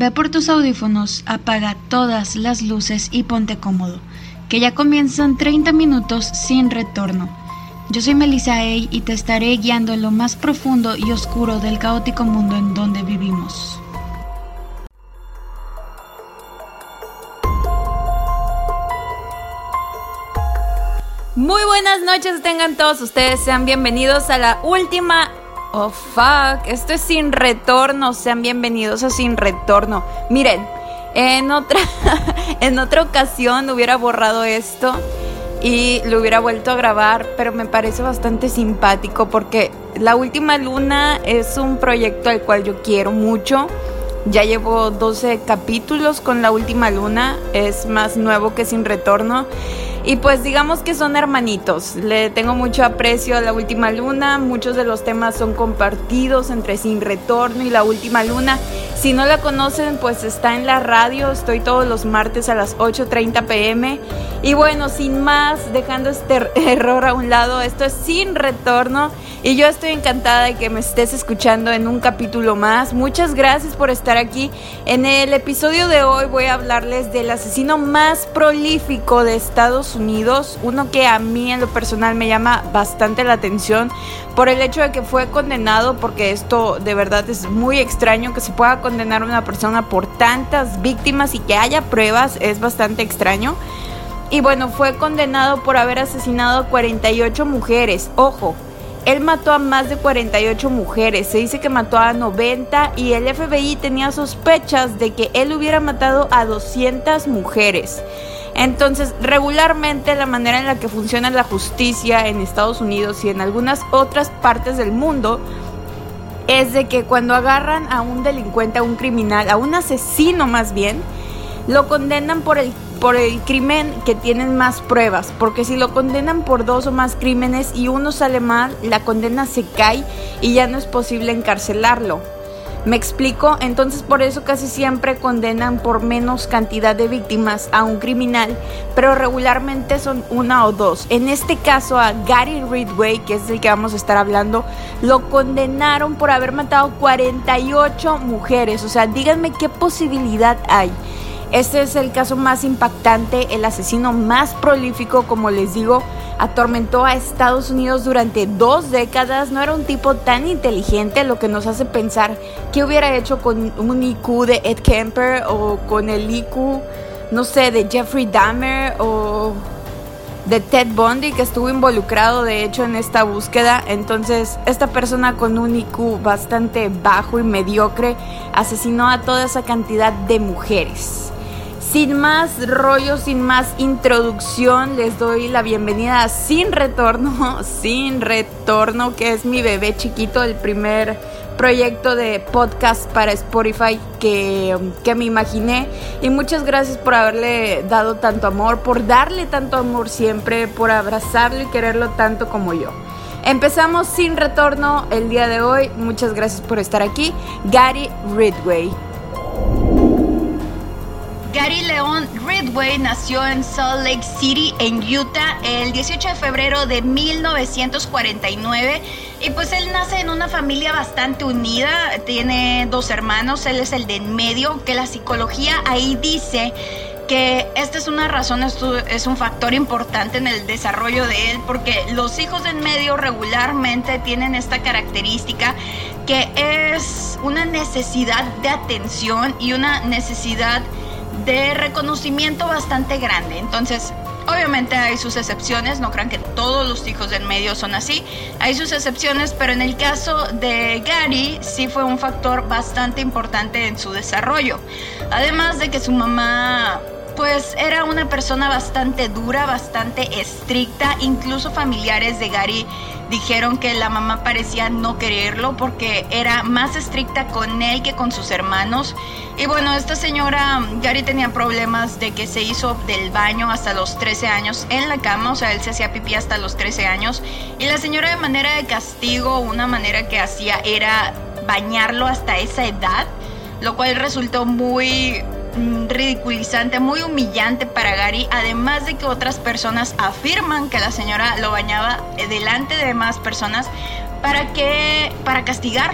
Ve por tus audífonos, apaga todas las luces y ponte cómodo, que ya comienzan 30 minutos sin retorno. Yo soy Melissa Ey y te estaré guiando en lo más profundo y oscuro del caótico mundo en donde vivimos. Muy buenas noches, tengan todos ustedes, sean bienvenidos a la última... Oh fuck, esto es Sin Retorno, sean bienvenidos a Sin Retorno. Miren, en otra ocasión hubiera borrado esto y lo hubiera vuelto a grabar, pero me parece bastante simpático porque La Última Luna es un proyecto al cual yo quiero mucho. Ya llevo 12 capítulos con La Última Luna, es más nuevo que Sin Retorno. Y pues digamos que son hermanitos, le tengo mucho aprecio a La Última Luna, muchos de los temas son compartidos entre Sin Retorno y La Última Luna. Si no la conocen, pues está en la radio, estoy todos los martes a las 8:30 p.m. Y bueno, sin más, dejando este error a un lado, esto es Sin Retorno y yo estoy encantada de que me estés escuchando en un capítulo más. Muchas gracias por estar aquí. En el episodio de hoy voy a hablarles del asesino más prolífico de Estados Unidos, uno que a mí en lo personal me llama bastante la atención por el hecho de que fue condenado, porque esto de verdad es muy extraño que se pueda condenar a una persona por tantas víctimas y que haya pruebas, es bastante extraño. Y bueno, fue condenado por haber asesinado a 48 mujeres, ojo. Él mató a más de 48 mujeres, se dice que mató a 90 y el FBI tenía sospechas de que él hubiera matado a 200 mujeres. Entonces, regularmente la manera en la que funciona la justicia en Estados Unidos y en algunas otras partes del mundo es de que cuando agarran a un delincuente, a un criminal, a un asesino más bien, lo condenan por el crimen que tienen más pruebas, porque si lo condenan por 2 o más crímenes y uno sale mal, la condena se cae y ya no es posible encarcelarlo. ¿Me explico? Entonces por eso casi siempre condenan por menos cantidad de víctimas a un criminal, pero regularmente son 1 o 2. En este caso a Gary Ridgway, que es del que vamos a estar hablando, lo condenaron por haber matado 48 mujeres. O sea, díganme qué posibilidad hay. Este es el caso más impactante, el asesino más prolífico, como les digo, atormentó a Estados Unidos durante 2 décadas, no era un tipo tan inteligente, lo que nos hace pensar qué hubiera hecho con un IQ de Ed Kemper o con el IQ, no sé, de Jeffrey Dahmer o de Ted Bundy, que estuvo involucrado de hecho en esta búsqueda. Entonces esta persona con un IQ bastante bajo y mediocre asesinó a toda esa cantidad de mujeres. Sin más rollo, sin más introducción, les doy la bienvenida a Sin Retorno, que es mi bebé chiquito, el primer proyecto de podcast para Spotify que me imaginé. Y muchas gracias por haberle dado tanto amor, por darle tanto amor siempre, por abrazarlo y quererlo tanto como yo. Empezamos Sin Retorno el día de hoy. Muchas gracias por estar aquí. Gary Ridgway. Gary Leon Ridgway nació en Salt Lake City, en Utah, el 18 de febrero de 1949 y pues él nace en una familia bastante unida, tiene 2 hermanos, él es el de en medio, que la psicología ahí dice que esta es una razón, esto es un factor importante en el desarrollo de él, porque los hijos de en medio regularmente tienen esta característica que es una necesidad de atención y una necesidad de reconocimiento bastante grande. Entonces, obviamente hay sus excepciones, no crean que todos los hijos del medio son así, hay sus excepciones, pero en el caso de Gary sí fue un factor bastante importante en su desarrollo. Además de que su mamá pues era una persona bastante dura, bastante estricta, incluso familiares de Gary dijeron que la mamá parecía no quererlo porque era más estricta con él que con sus hermanos. Y bueno, esta señora, Gary tenía problemas de que se hizo del baño hasta los 13 años en la cama, o sea, él se hacía pipí hasta los 13 años. Y la señora, de manera de castigo, una manera que hacía era bañarlo hasta esa edad, lo cual resultó muy ridiculizante, muy humillante para Gary, además de que otras personas afirman que la señora lo bañaba delante de demás personas para castigarlo.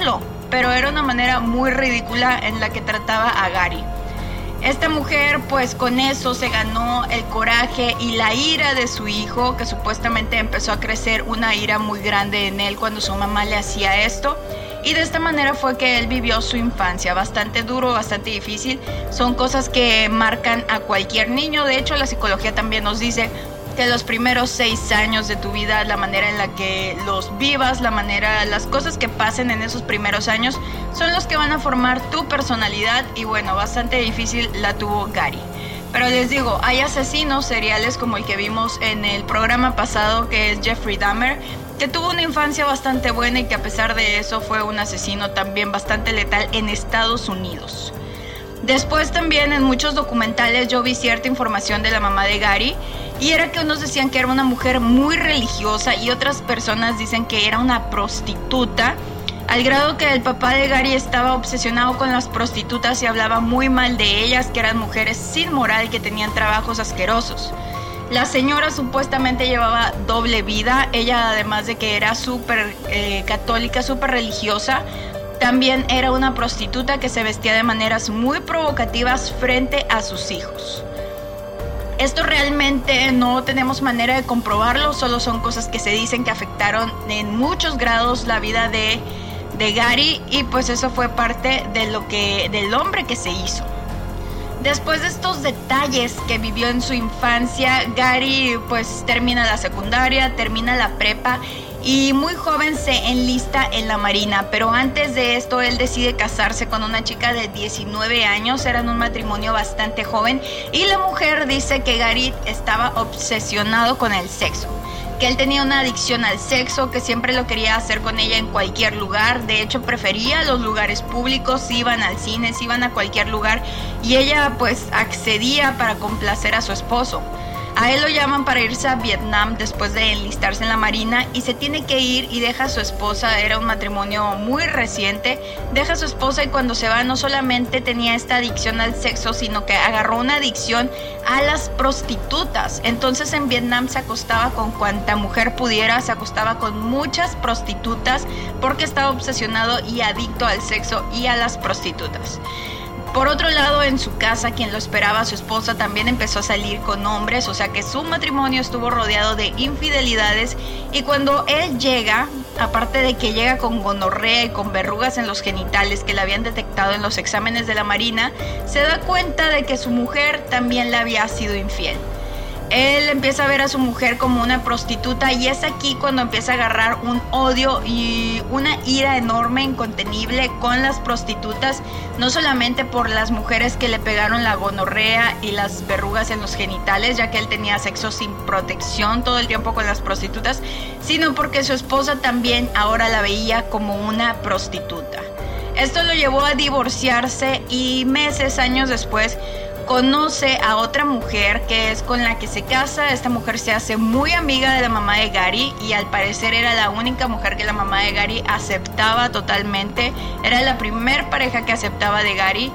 pero era una manera muy ridícula en la que trataba a Gary. Esta mujer pues con eso se ganó el coraje y la ira de su hijo, que supuestamente empezó a crecer una ira muy grande en él cuando su mamá le hacía esto. Y de esta manera fue que él vivió su infancia, bastante duro, bastante difícil. Son cosas que marcan a cualquier niño. De hecho, la psicología también nos dice que los primeros 6 años de tu vida, la manera en la que los vivas, las cosas que pasen en esos primeros años son los que van a formar tu personalidad. Y bueno, bastante difícil la tuvo Gary. Pero les digo, hay asesinos seriales como el que vimos en el programa pasado, que es Jeffrey Dahmer, que tuvo una infancia bastante buena y que a pesar de eso fue un asesino también bastante letal en Estados Unidos. Después también en muchos documentales yo vi cierta información de la mamá de Gary, y era que unos decían que era una mujer muy religiosa y otras personas dicen que era una prostituta, al grado que el papá de Gary estaba obsesionado con las prostitutas y hablaba muy mal de ellas, que eran mujeres sin moral, que tenían trabajos asquerosos. La señora supuestamente llevaba doble vida. Ella, además de que era súper católica, súper religiosa, también era una prostituta que se vestía de maneras muy provocativas frente a sus hijos. Esto realmente no tenemos manera de comprobarlo, solo son cosas que se dicen que afectaron en muchos grados la vida de Gary, y pues eso fue parte de del hombre que se hizo. Después de estos detalles que vivió en su infancia, Gary pues termina la secundaria, termina la prepa y muy joven se enlista en la Marina. Pero antes de esto él decide casarse con una chica de 19 años, eran un matrimonio bastante joven, y la mujer dice que Gary estaba obsesionado con el sexo, que él tenía una adicción al sexo, que siempre lo quería hacer con ella en cualquier lugar. De hecho, prefería los lugares públicos, iban al cine, iban a cualquier lugar, y ella pues accedía para complacer a su esposo. A él lo llaman para irse a Vietnam después de enlistarse en la Marina, y se tiene que ir y deja a su esposa. Era un matrimonio muy reciente. Deja a su esposa, y cuando se va no solamente tenía esta adicción al sexo, sino que agarró una adicción a las prostitutas. Entonces en Vietnam se acostaba con cuanta mujer pudiera, se acostaba con muchas prostitutas porque estaba obsesionado y adicto al sexo y a las prostitutas. Por otro lado, en su casa, quien lo esperaba, su esposa, también empezó a salir con hombres, o sea que su matrimonio estuvo rodeado de infidelidades. Y cuando él llega, aparte de que llega con gonorrea y con verrugas en los genitales que le habían detectado en los exámenes de la Marina, se da cuenta de que su mujer también le había sido infiel. Él empieza a ver a su mujer como una prostituta, y es aquí cuando empieza a agarrar un odio y una ira enorme, incontenible con las prostitutas, no solamente por las mujeres que le pegaron la gonorrea y las verrugas en los genitales, ya que él tenía sexo sin protección todo el tiempo con las prostitutas, sino porque su esposa también ahora la veía como una prostituta. Esto lo llevó a divorciarse, y años después, conoce a otra mujer que es con la que se casa. Esta mujer se hace muy amiga de la mamá de Gary, y al parecer era la única mujer que la mamá de Gary aceptaba totalmente. Era la primer pareja que aceptaba de Gary,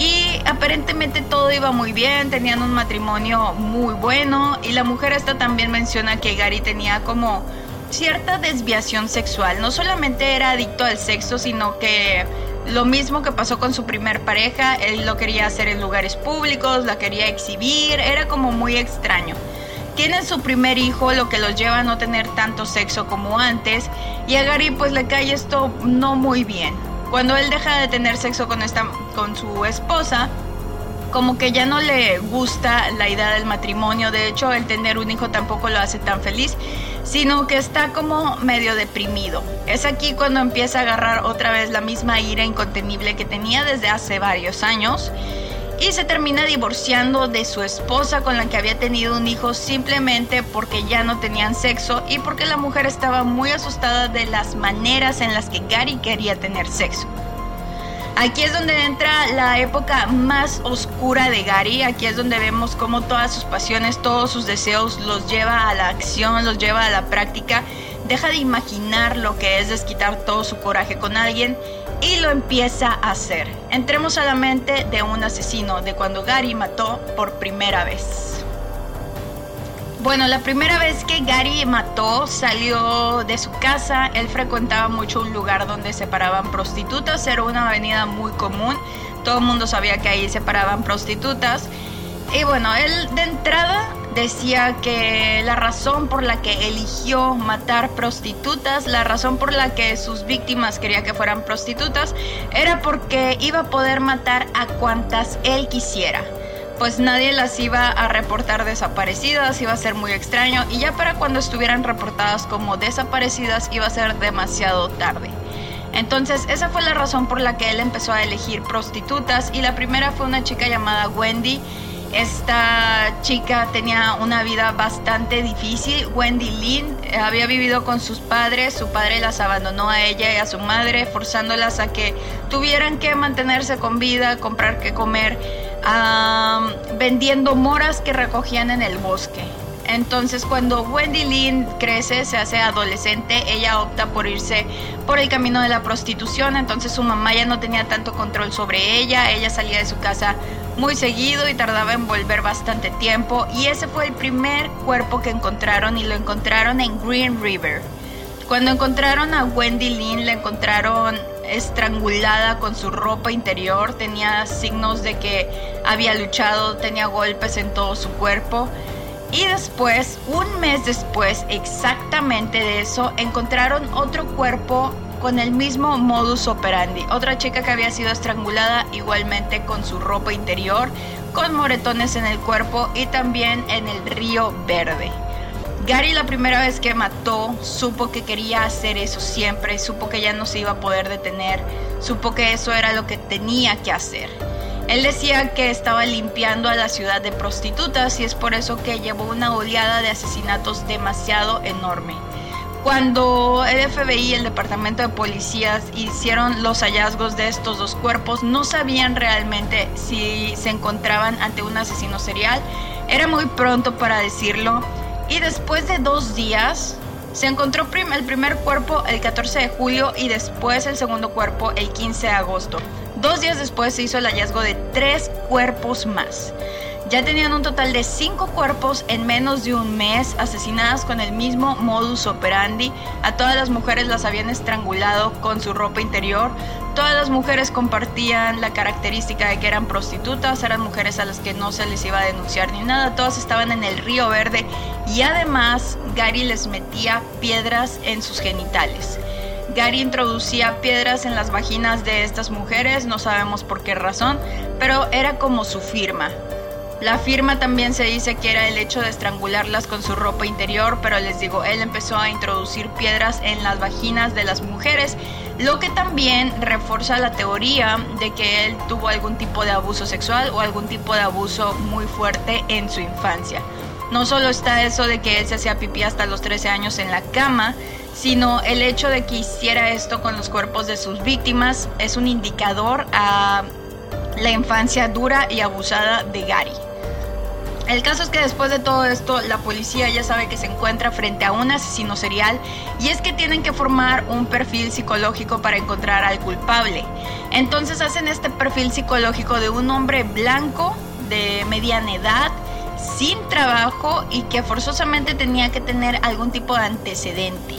y aparentemente todo iba muy bien, tenían un matrimonio muy bueno. Y la mujer esta también menciona que Gary tenía como cierta desviación sexual. No solamente era adicto al sexo, sino que lo mismo que pasó con su primer pareja, él lo quería hacer en lugares públicos, la quería exhibir, era como muy extraño. Tienen su primer hijo, lo que los lleva a no tener tanto sexo como antes, y a Gary pues le cae esto no muy bien. Cuando él deja de tener sexo con su esposa, como que ya no le gusta la idea del matrimonio. De hecho, el tener un hijo tampoco lo hace tan feliz, sino que está como medio deprimido. Es aquí cuando empieza a agarrar otra vez la misma ira incontenible que tenía desde hace varios años, y se termina divorciando de su esposa con la que había tenido un hijo, simplemente porque ya no tenían sexo y porque la mujer estaba muy asustada de las maneras en las que Gary quería tener sexo. Aquí es donde entra la época más oscura de Gary. Aquí es donde vemos cómo todas sus pasiones, todos sus deseos los lleva a la acción, los lleva a la práctica. Deja de imaginar lo que es desquitar todo su coraje con alguien y lo empieza a hacer. Entremos a la mente de un asesino, de cuando Gary mató por primera vez. Bueno, la primera vez que Gary mató, salió de su casa. Él frecuentaba mucho un lugar donde se paraban prostitutas. Era una avenida muy común. Todo el mundo sabía que ahí se paraban prostitutas. Y bueno, él de entrada decía que la razón por la que eligió matar prostitutas, la razón por la que sus víctimas quería que fueran prostitutas, era porque iba a poder matar a cuantas él quisiera. Pues nadie las iba a reportar desaparecidas, iba a ser muy extraño, y ya para cuando estuvieran reportadas como desaparecidas iba a ser demasiado tarde. Entonces esa fue la razón por la que él empezó a elegir prostitutas, y la primera fue una chica llamada Wendy. Esta chica tenía una vida bastante difícil. Wendy Lynn había vivido con sus padres. Su padre las abandonó a ella y a su madre, forzándolas a que tuvieran que mantenerse con vida, comprar qué comer, vendiendo moras que recogían en el bosque. Entonces, cuando Wendy Lynn crece, se hace adolescente, ella opta por irse por el camino de la prostitución. Entonces su mamá ya no tenía tanto control sobre ella. Ella salía de su casa muy seguido y tardaba en volver bastante tiempo. Y ese fue el primer cuerpo que encontraron, y lo encontraron en Green River. Cuando encontraron a Wendy Lynn, la encontraron estrangulada con su ropa interior. Tenía signos de que había luchado, tenía golpes en todo su cuerpo. Y después, un mes después exactamente de eso, encontraron otro cuerpo con el mismo modus operandi. Otra chica que había sido estrangulada igualmente con su ropa interior, con moretones en el cuerpo y también en el Río Verde. Gary, la primera vez que mató, supo que quería hacer eso siempre, supo que ya no se iba a poder detener, supo que eso era lo que tenía que hacer. Él decía que estaba limpiando a la ciudad de prostitutas, y es por eso que llevó una oleada de asesinatos demasiado enorme. Cuando el FBI y el Departamento de Policías hicieron los hallazgos de estos dos cuerpos, no sabían realmente si se encontraban ante un asesino serial. Era muy pronto para decirlo, y después de 2 días se encontró el primer cuerpo el 14 de julio y después el segundo cuerpo el 15 de agosto. 2 días después se hizo el hallazgo de 3 cuerpos más. Ya tenían un total de 5 cuerpos en menos de un mes, asesinadas con el mismo modus operandi. A todas las mujeres las habían estrangulado con su ropa interior. Todas las mujeres compartían la característica de que eran prostitutas, eran mujeres a las que no se les iba a denunciar ni nada. Todas estaban en el Río Verde, y además Gary les metía piedras en sus genitales. Gary introducía piedras en las vaginas de estas mujeres, no sabemos por qué razón, pero era como su firma. La firma también se dice que era el hecho de estrangularlas con su ropa interior, pero les digo, él empezó a introducir piedras en las vaginas de las mujeres, lo que también refuerza la teoría de que él tuvo algún tipo de abuso sexual o algún tipo de abuso muy fuerte en su infancia. No solo está eso de que él se hacía pipí hasta los 13 años en la cama, sino el hecho de que hiciera esto con los cuerpos de sus víctimas es un indicador a la infancia dura y abusada de Gary. El caso es que después de todo esto, la policía ya sabe que se encuentra frente a un asesino serial, y es que tienen que formar un perfil psicológico para encontrar al culpable. Entonces hacen este perfil psicológico de un hombre blanco, de mediana edad, sin trabajo y que forzosamente tenía que tener algún tipo de antecedente.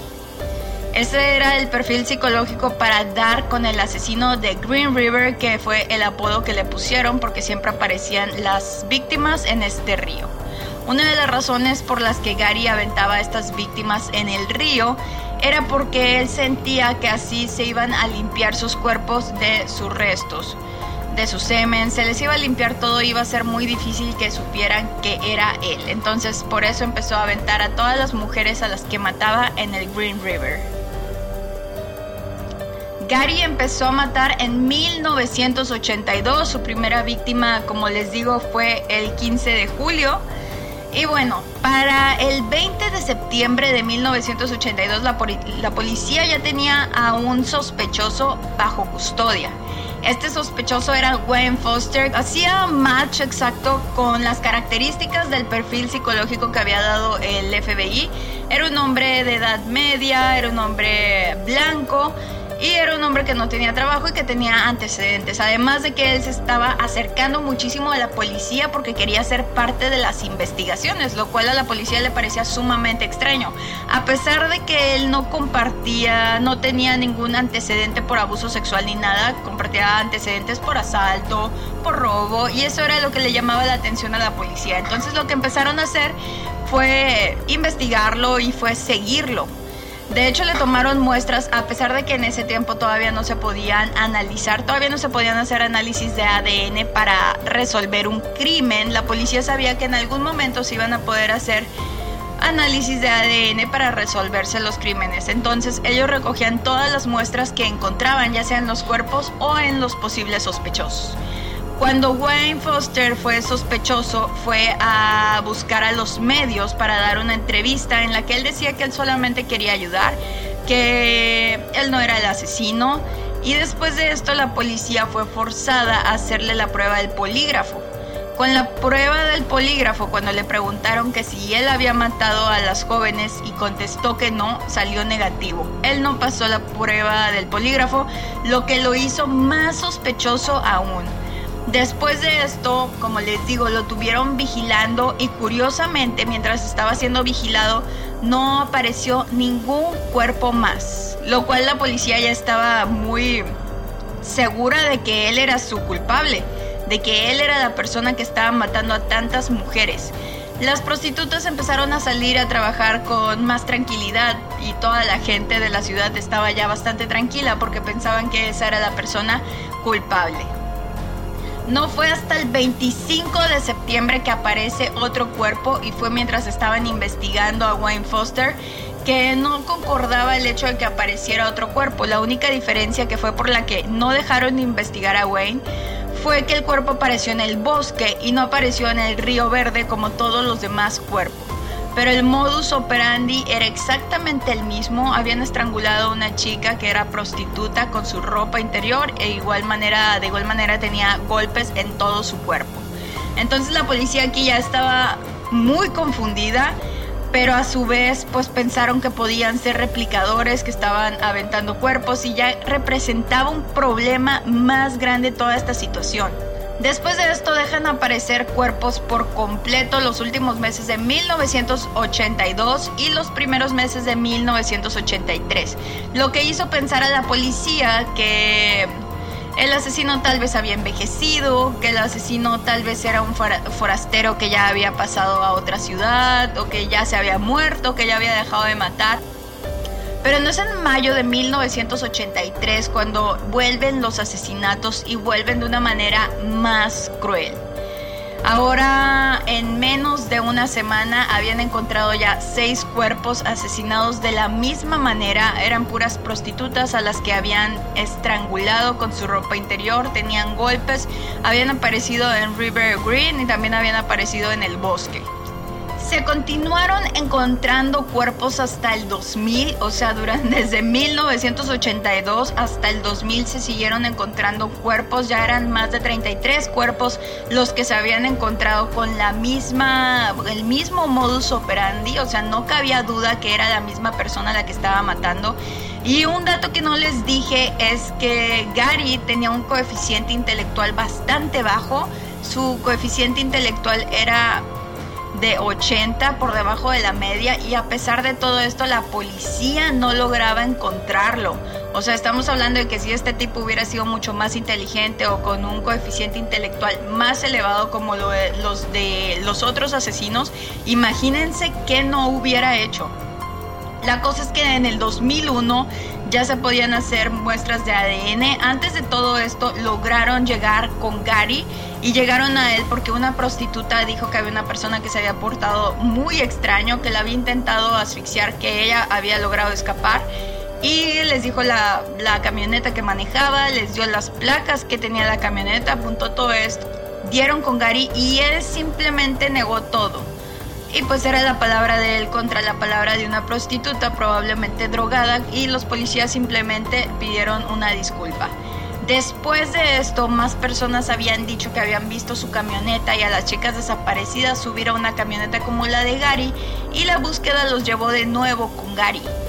Ese era el perfil psicológico para dar con el asesino de Green River, que fue el apodo que le pusieron porque siempre aparecían las víctimas en este río. Una de las razones por las que Gary aventaba a estas víctimas en el río era porque él sentía que así se iban a limpiar sus cuerpos de sus restos, de su semen, se les iba a limpiar todo, iba a ser muy difícil que supieran que era él. Entonces por eso empezó a aventar a todas las mujeres a las que mataba en el Green River. Gary empezó a matar en 1982, su primera víctima, como les digo, fue el 15 de julio. Y bueno, para el 20 de septiembre de 1982 la policía ya tenía a un sospechoso bajo custodia. Este sospechoso era Wayne Foster. Hacía match exacto con las características del perfil psicológico que había dado el FBI. Era un hombre de edad media, era un hombre blanco. y era un hombre que no tenía trabajo y que tenía antecedentes, además de que él se estaba acercando muchísimo a la policía porque quería ser parte de las investigaciones, lo cual a la policía le parecía sumamente extraño, a pesar de que él no tenía ningún antecedente por abuso sexual ni nada, compartía antecedentes por asalto, por robo, y eso era lo que le llamaba la atención a la policía. Entonces lo que empezaron a hacer fue investigarlo y fue seguirlo. De hecho, le tomaron muestras, a pesar de que en ese tiempo todavía no se podían hacer análisis de ADN para resolver un crimen. La policía sabía que en algún momento se iban a poder hacer análisis de ADN para resolverse los crímenes. Entonces, ellos recogían todas las muestras que encontraban, ya sea en los cuerpos o en los posibles sospechosos. Cuando Wayne Foster fue sospechoso, fue a buscar a los medios para dar una entrevista en la que él decía que él solamente quería ayudar, que él no era el asesino, y después de esto la policía fue forzada a hacerle la prueba del polígrafo. Con la prueba del polígrafo, cuando le preguntaron que si él había matado a las jóvenes y contestó que no, salió negativo. Él no pasó la prueba del polígrafo, lo que lo hizo más sospechoso aún. Después de esto, como les digo, lo tuvieron vigilando y curiosamente, mientras estaba siendo vigilado, no apareció ningún cuerpo más, lo cual la policía ya estaba muy segura de que él era su culpable, de que él era la persona que estaba matando a tantas mujeres. Las prostitutas empezaron a salir a trabajar con más tranquilidad y toda la gente de la ciudad estaba ya bastante tranquila porque pensaban que esa era la persona culpable. No fue hasta el 25 de septiembre que aparece otro cuerpo y fue mientras estaban investigando a Wayne Foster que no concordaba el hecho de que apareciera otro cuerpo. La única diferencia que fue por la que no dejaron de investigar a Wayne fue que el cuerpo apareció en el bosque y no apareció en el Río Verde como todos los demás cuerpos. Pero el modus operandi era exactamente el mismo. Habían estrangulado a una chica que era prostituta con su ropa interior de igual manera tenía golpes en todo su cuerpo. Entonces la policía aquí ya estaba muy confundida, pero a su vez pues pensaron que podían ser replicadores que estaban aventando cuerpos y ya representaba un problema más grande toda esta situación. Después de esto dejan aparecer cuerpos por completo los últimos meses de 1982 y los primeros meses de 1983, lo que hizo pensar a la policía que el asesino tal vez había envejecido, que el asesino tal vez era un forastero que ya había pasado a otra ciudad o que ya se había muerto, que ya había dejado de matar. Pero no es en mayo de 1983 cuando vuelven los asesinatos y vuelven de una manera más cruel. Ahora, en menos de una semana, habían encontrado ya 6 cuerpos asesinados de la misma manera. Eran puras prostitutas a las que habían estrangulado con su ropa interior, tenían golpes, habían aparecido en River Green y también habían aparecido en el bosque. Se continuaron encontrando cuerpos hasta el 2000, o sea, desde 1982 hasta el 2000 se siguieron encontrando cuerpos. Ya eran más de 33 cuerpos los que se habían encontrado con el mismo modus operandi, o sea, no cabía duda que era la misma persona la que estaba matando. Y un dato que no les dije es que Gary tenía un coeficiente intelectual bastante bajo. Su coeficiente intelectual era de 80, por debajo de la media, y a pesar de todo esto la policía no lograba encontrarlo. O sea, estamos hablando de que si este tipo hubiera sido mucho más inteligente o con un coeficiente intelectual más elevado como los de los otros asesinos, imagínense qué no hubiera hecho. La cosa es que en el 2001 ya se podían hacer muestras de ADN. Antes de todo esto lograron llegar con Gary y llegaron a él porque una prostituta dijo que había una persona que se había portado muy extraño, que la había intentado asfixiar, que ella había logrado escapar, y les dijo la camioneta que manejaba, les dio las placas que tenía la camioneta, apuntó todo esto, dieron con Gary y él simplemente negó todo. Y pues era la palabra de él contra la palabra de una prostituta probablemente drogada, y los policías simplemente pidieron una disculpa. Después de esto, más personas habían dicho que habían visto su camioneta y a las chicas desaparecidas subir a una camioneta como la de Gary, y la búsqueda los llevó de nuevo con Gary.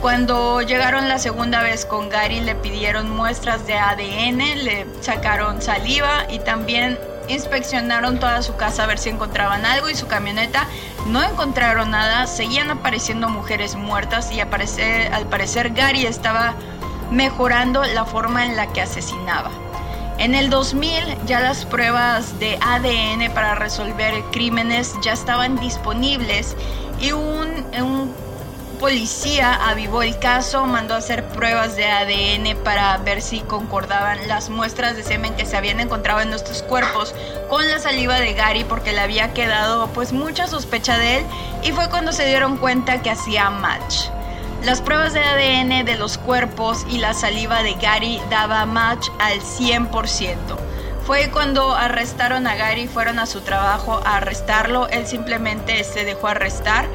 Cuando llegaron la segunda vez con Gary, le pidieron muestras de ADN, le sacaron saliva y también inspeccionaron toda su casa a ver si encontraban algo, y su camioneta. No encontraron nada, seguían apareciendo mujeres muertas y al parecer Gary estaba mejorando la forma en la que asesinaba. En el 2000 ya las pruebas de ADN para resolver crímenes ya estaban disponibles y un policía avivó el caso, mandó a hacer pruebas de ADN para ver si concordaban las muestras de semen que se habían encontrado en estos cuerpos con la saliva de Gary, porque le había quedado pues mucha sospecha de él, y fue cuando se dieron cuenta que hacía match. Las pruebas de ADN de los cuerpos y la saliva de Gary daba match al 100%. Fue cuando arrestaron a Gary, fueron a su trabajo a arrestarlo, él simplemente se dejó arrestar.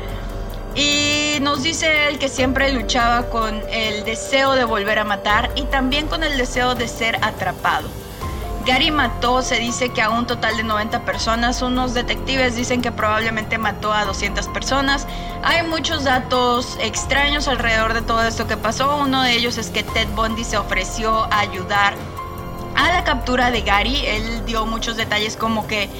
Y nos dice él que siempre luchaba con el deseo de volver a matar y también con el deseo de ser atrapado. Gary mató, se dice que a un total de 90 personas. Unos detectives dicen que probablemente mató a 200 personas. Hay muchos datos extraños alrededor de todo esto que pasó. Uno de ellos es que Ted Bundy se ofreció a ayudar a la captura de Gary. Él dio muchos detalles como que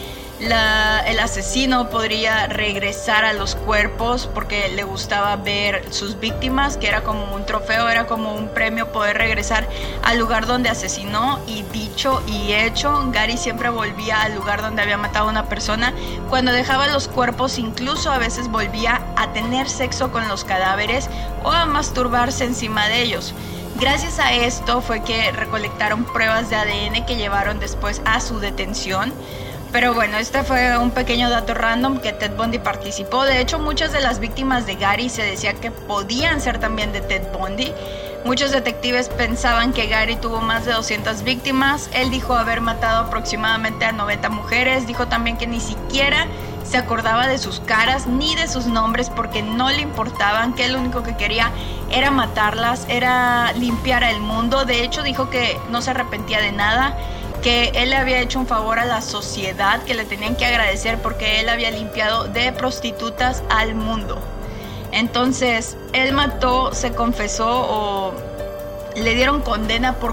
el asesino podría regresar a los cuerpos porque le gustaba ver sus víctimas, que era como un trofeo, era como un premio poder regresar al lugar donde asesinó. Y dicho y hecho, Gary siempre volvía al lugar donde había matado a una persona. Cuando dejaba los cuerpos, incluso a veces volvía a tener sexo con los cadáveres o a masturbarse encima de ellos. Gracias a esto fue que recolectaron pruebas de ADN que llevaron después a su detención. Pero bueno, este fue un pequeño dato random que Ted Bundy participó. De hecho, muchas de las víctimas de Gary se decía que podían ser también de Ted Bundy. Muchos detectives pensaban que Gary tuvo más de 200 víctimas. Él dijo haber matado aproximadamente a 90 mujeres. Dijo también que ni siquiera se acordaba de sus caras ni de sus nombres porque no le importaban, que él lo único que quería era matarlas, era limpiar el mundo. De hecho, dijo que no se arrepentía de nada, que él le había hecho un favor a la sociedad, que le tenían que agradecer porque él había limpiado de prostitutas al mundo. Entonces, él mató, se confesó o le dieron condena por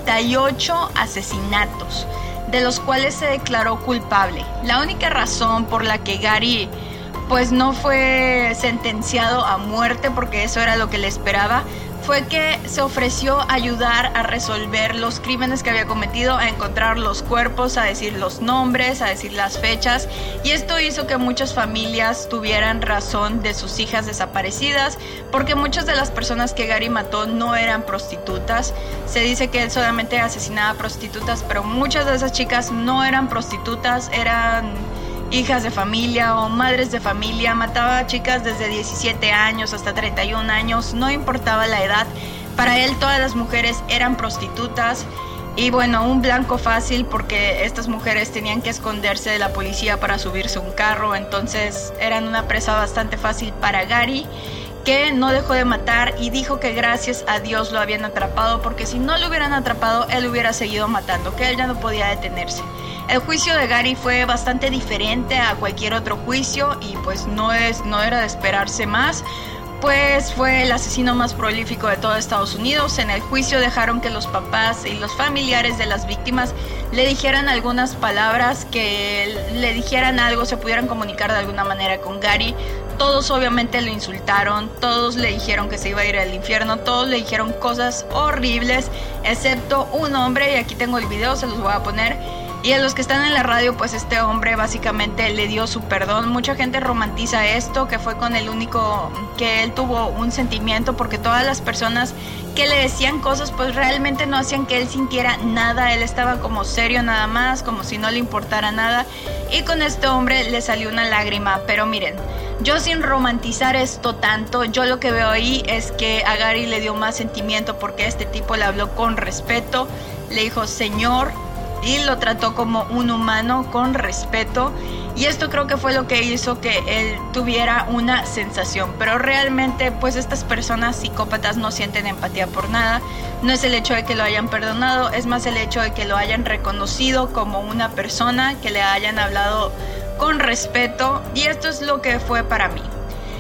48 asesinatos, de los cuales se declaró culpable. La única razón por la que Gary pues no fue sentenciado a muerte, porque eso era lo que le esperaba, fue que se ofreció a ayudar a resolver los crímenes que había cometido, a encontrar los cuerpos, a decir los nombres, a decir las fechas, y esto hizo que muchas familias tuvieran razón de sus hijas desaparecidas, porque muchas de las personas que Gary mató no eran prostitutas. Se dice que él solamente asesinaba prostitutas, pero muchas de esas chicas no eran prostitutas, eran hijas de familia o madres de familia. Mataba a chicas desde 17 años hasta 31 años, no importaba la edad. Para él todas las mujeres eran prostitutas. Y bueno, un blanco fácil porque estas mujeres tenían que esconderse de la policía para subirse a un carro. Entonces eran una presa bastante fácil para Gary, que no dejó de matar y dijo que gracias a Dios lo habían atrapado, porque si no lo hubieran atrapado él hubiera seguido matando, que él ya no podía detenerse. El juicio de Gary fue bastante diferente a cualquier otro juicio y pues no era de esperarse más, pues fue el asesino más prolífico de todo Estados Unidos. En el juicio dejaron que los papás y los familiares de las víctimas le dijeran algunas palabras, que le dijeran algo, se pudieran comunicar de alguna manera con Gary. Todos obviamente lo insultaron, todos le dijeron que se iba a ir al infierno, todos le dijeron cosas horribles, excepto un hombre, y aquí tengo el video, se los voy a poner. Y a los que están en la radio, pues este hombre básicamente le dio su perdón. Mucha gente romantiza esto, que fue con el único que él tuvo un sentimiento, porque todas las personas que le decían cosas pues realmente no hacían que él sintiera nada. Él estaba como serio nada más, como si no le importara nada, y con este hombre le salió una lágrima. Pero miren, yo sin romantizar esto tanto, yo lo que veo ahí es que a Gary le dio más sentimiento, porque este tipo le habló con respeto, le dijo señor, y lo trató como un humano con respeto, y esto creo que fue lo que hizo que él tuviera una sensación. Pero realmente pues estas personas psicópatas no sienten empatía por nada. No es el hecho de que lo hayan perdonado, es más el hecho de que lo hayan reconocido como una persona, que le hayan hablado con respeto, y esto es lo que fue para mí.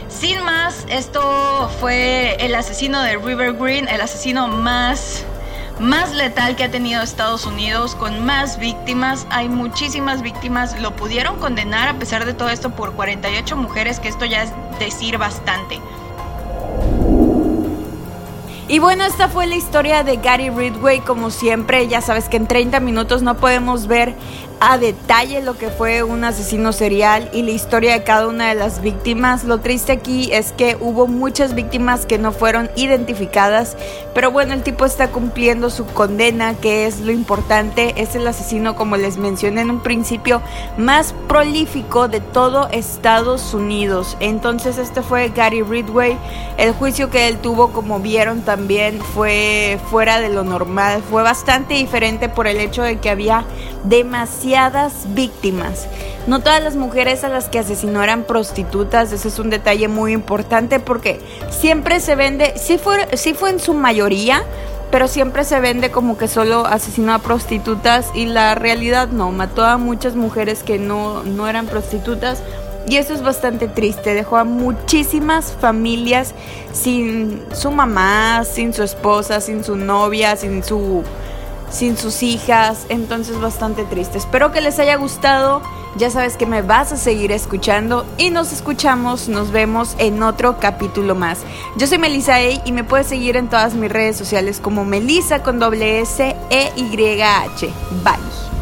Sin más, esto fue el asesino de River Green, el asesino más letal que ha tenido Estados Unidos, con más víctimas. Hay muchísimas víctimas. Lo pudieron condenar a pesar de todo esto por 48 mujeres, que esto ya es decir bastante. Y bueno, esta fue la historia de Gary Ridgway. Como siempre, ya sabes que en 30 minutos no podemos ver a detalle lo que fue un asesino serial y la historia de cada una de las víctimas. Lo triste aquí es que hubo muchas víctimas que no fueron identificadas, pero bueno, el tipo está cumpliendo su condena, que es lo importante. Es el asesino, como les mencioné en un principio, más prolífico de todo Estados Unidos. Entonces este fue Gary Ridgway. El juicio que él tuvo, como vieron, también fue fuera de lo normal. Fue bastante diferente por el hecho de que había demasiadas víctimas. No todas las mujeres a las que asesinó eran prostitutas. Ese es un detalle muy importante, porque siempre se vende, sí fue en su mayoría, pero siempre se vende como que solo asesinó a prostitutas, y la realidad no, mató a muchas mujeres que no eran prostitutas. Y eso es bastante triste. Dejó a muchísimas familias sin su mamá, sin su esposa, sin su novia, sin sus hijas. Entonces bastante triste. Espero que les haya gustado. Ya sabes que me vas a seguir escuchando y nos vemos en otro capítulo más. Yo soy Melissa A y me puedes seguir en todas mis redes sociales como Melissa con doble S E Y H. Bye.